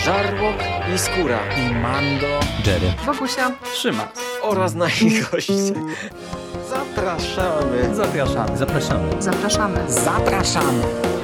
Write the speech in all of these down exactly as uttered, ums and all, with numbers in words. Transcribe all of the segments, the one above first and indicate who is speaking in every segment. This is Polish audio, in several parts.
Speaker 1: Żarłok i Skóra
Speaker 2: i Mando,
Speaker 3: Jerry,
Speaker 4: Wokusia,
Speaker 2: Szymas.
Speaker 1: oraz nasi goście. Zapraszamy.
Speaker 2: Zapraszamy. Zapraszamy.
Speaker 4: zapraszamy.
Speaker 2: Zapraszamy.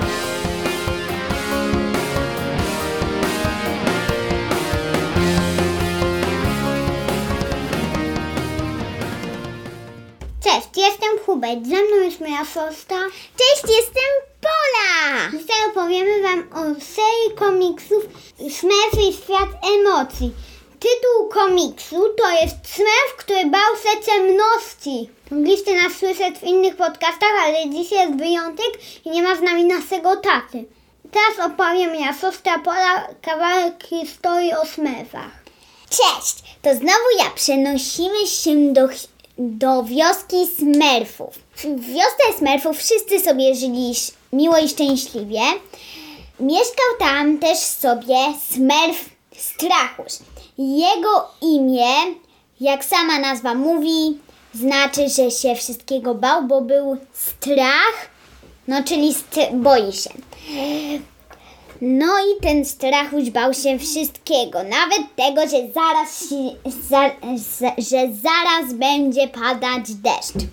Speaker 5: Cześć, jestem Hubert, ze mną jest moja siostra. Cześć, jestem Pola! Dzisiaj opowiemy wam o serii komiksów Smurfy i świat emocji. Tytuł komiksu to jest Smurf, który bał się ciemności. Mogliście nas słyszeć w innych podcastach, ale dzisiaj jest wyjątek i nie ma z nami naszego taty. Teraz opowiem ja siostra Pola kawałek historii o Smurfach.
Speaker 6: Cześć, to znowu ja. Przenosimy się do, do wioski Smurfów. W wiosce Smurfów wszyscy sobie żyli miło i szczęśliwie. Mieszkał tam też sobie Smurf Strachuś. Jego imię, jak sama nazwa mówi, znaczy, że się wszystkiego bał, bo był strach, no czyli st- boi się. No i ten Strachuś bał się wszystkiego, nawet tego, że zaraz, się, za, za, że zaraz będzie padać deszcz.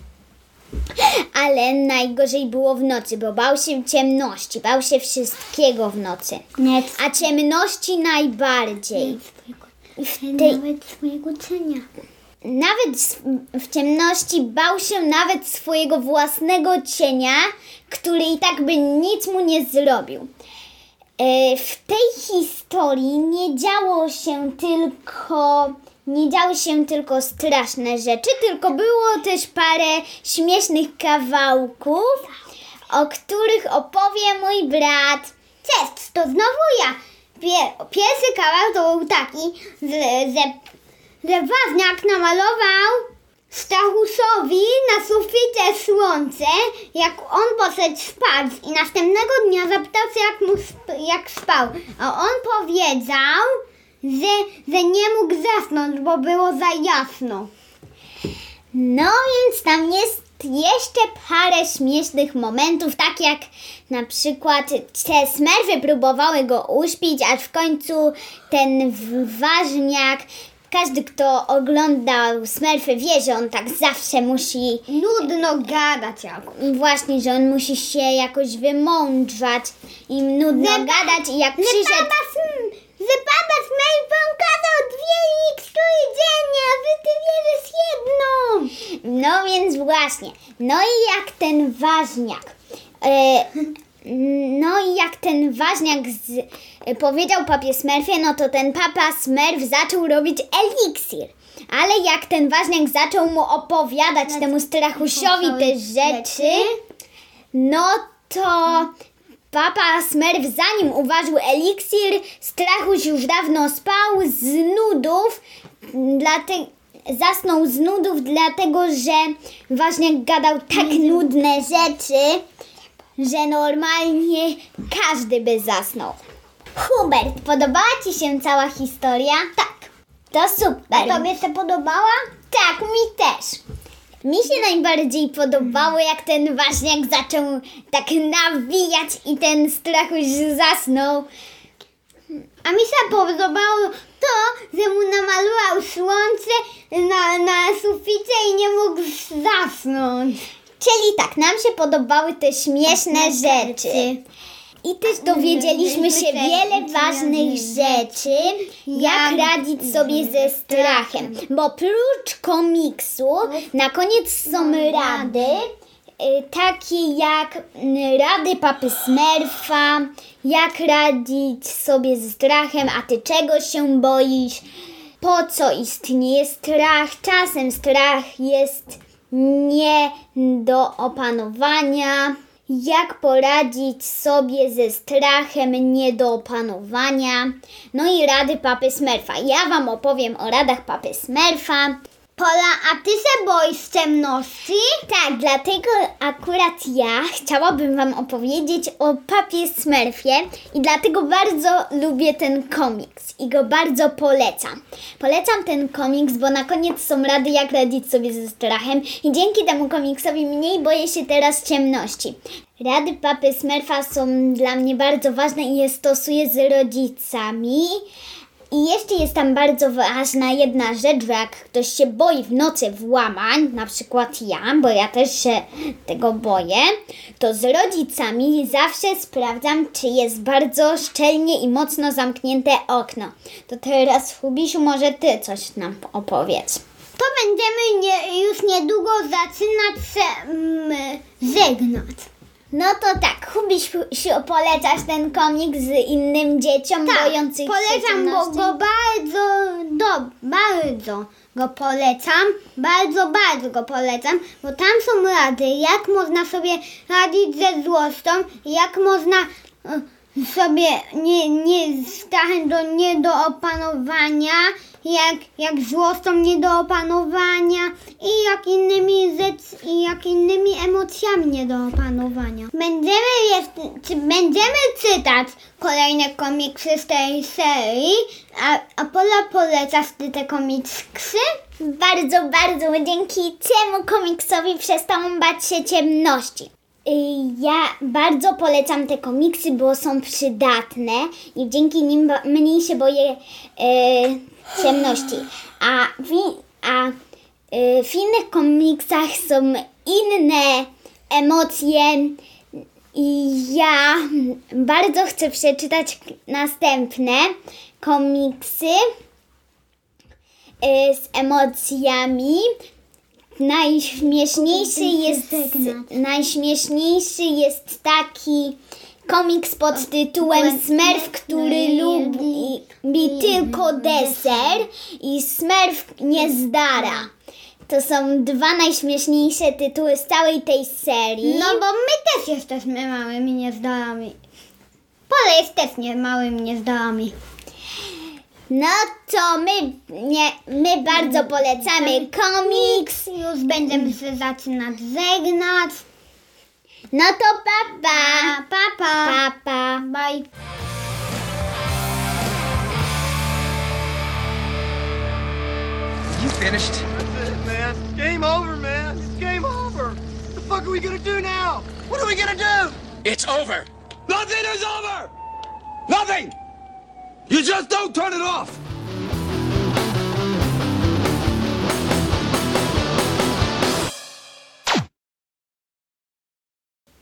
Speaker 6: Ale najgorzej było w nocy, bo bał się ciemności, bał się wszystkiego w nocy.
Speaker 5: Nie,
Speaker 6: A ciemności najbardziej.
Speaker 5: w tej... Nawet swojego cienia.
Speaker 6: Nawet w ciemności bał się nawet swojego własnego cienia, który i tak by nic mu nie zrobił. W tej historii nie działo się tylko, nie działy się tylko straszne rzeczy, tylko było też parę śmiesznych kawałków, o których opowie mój brat.
Speaker 5: Cześć, to znowu ja. Pier- pierwszy kawałek to był taki, że, że, że ważniak namalował Strachusowi na suficie słońce, jak on poszedł spać i następnego dnia zapytał się, jak, mu sp- jak spał. A on powiedział, że, że nie mógł zasnąć, bo było za jasno.
Speaker 6: No więc tam jest jeszcze parę śmiesznych momentów, tak jak na przykład te Smurfy próbowały go uśpić, aż w końcu ten ważniak, każdy kto oglądał Smurfy wie, że on tak zawsze musi
Speaker 5: Nudno gadać jakoś.
Speaker 6: właśnie, że on musi się jakoś wymądrzać i nudno
Speaker 5: Że-
Speaker 6: gadać i jak
Speaker 5: Że
Speaker 6: przyszedł...
Speaker 5: papa, sm- że papa Smurf pokazał dwie mikstury dziennie, a wy ty bierzesz jedną.
Speaker 6: No więc właśnie, no i jak ten ważniak, e, no i jak ten ważniak z, e, powiedział papie Smurfie, no to ten papa Smurf zaczął robić eliksir. Ale jak ten ważniak zaczął mu opowiadać temu Strachusiowi te rzeczy, no to papa Smurf zanim uważał eliksir, Strachuś już dawno spał z nudów, dlatego zasnął z nudów, dlatego że ważniak gadał tak nudne rzeczy, że normalnie każdy by zasnął. Hubert, podobała Ci się cała historia? Tak. To super.
Speaker 5: A tobie się podobała?
Speaker 6: Tak, mi też. Mi się najbardziej podobało, jak ten ważniak zaczął tak nawijać i ten Strachuś zasnął.
Speaker 5: A mi się podobało to, że mu namalował słońce na, na suficie i nie mógł zasnąć.
Speaker 6: Czyli tak, nam się podobały te śmieszne rzeczy. I też dowiedzieliśmy się wiele ważnych rzeczy, jak radzić sobie ze strachem. Bo prócz komiksu na koniec są rady, y, takie jak y, rady papy Smurfa, jak radzić sobie ze strachem, a ty czego się boisz, po co istnieje strach. Czasem strach jest nie do opanowania. Jak poradzić sobie ze strachem nie do opanowania. No i rady papy Smurfa. Ja wam opowiem o radach papy Smurfa.
Speaker 5: Pola, a ty się boisz ciemności?
Speaker 6: Tak, dlatego akurat ja chciałabym wam opowiedzieć o papie Smurfie i dlatego bardzo lubię ten komiks i go bardzo polecam. Polecam ten komiks, bo na koniec są rady, jak radzić sobie ze strachem i dzięki temu komiksowi mniej boję się teraz ciemności. Rady papy Smurfa są dla mnie bardzo ważne i je stosuję z rodzicami. I jeszcze jest tam bardzo ważna jedna rzecz, że jak ktoś się boi w nocy włamań, na przykład ja, bo ja też się tego boję, to z rodzicami zawsze sprawdzam, czy jest bardzo szczelnie i mocno zamknięte okno. To teraz, Hubisiu, może ty coś nam opowiedz.
Speaker 5: To będziemy nie, już niedługo zaczynać się mm, żegnać.
Speaker 6: No to tak, Hubisiu, polecasz ten komiks z innym dzieciom bojących się
Speaker 5: polecam go,
Speaker 6: ciemności?
Speaker 5: go bardzo, do, bardzo go polecam, bardzo, bardzo go polecam, bo tam są rady, jak można sobie radzić ze złością, jak można y, sobie nie, nie strachem do nie do opanowania, jak, jak złością nie do opanowania i jak innymi rzecz, i jak innymi emocjami nie do opanowania. Będziemy jeszcze, czy będziemy czytać kolejne komiksy z tej serii, a, a Pola, polecasz ty te komiksy?
Speaker 6: Bardzo, bardzo dzięki temu komiksowi przestałam bać się ciemności. Y, Ja bardzo polecam te komiksy, bo są przydatne i dzięki nim ba- mniej się boję y, ciemności. A, w, a y, w innych komiksach są inne emocje i ja bardzo chcę przeczytać następne komiksy y, z emocjami. Najśmieszniejszy jest, najśmieszniejszy jest taki komiks pod tytułem Smurf, który lubi tylko deser i Smurf nie zdara. To są dwa najśmieszniejsze tytuły z całej tej serii.
Speaker 5: No bo my też jesteśmy małymi niezdolami. Pola jest też nie małymi niezdolami.
Speaker 6: No to my, nie, my bardzo polecamy komiks.
Speaker 5: Już będziemy się zaczynać żegnać.
Speaker 6: No to pa pa.
Speaker 5: Pa, pa.
Speaker 6: Pa pa.
Speaker 5: Bye.
Speaker 1: You finished?
Speaker 3: That's it, man. Game over, man. It's game over. What the fuck are we gonna do now? What are we gonna do?
Speaker 4: It's over.
Speaker 3: Nothing is over! Nothing! You just don't turn it off!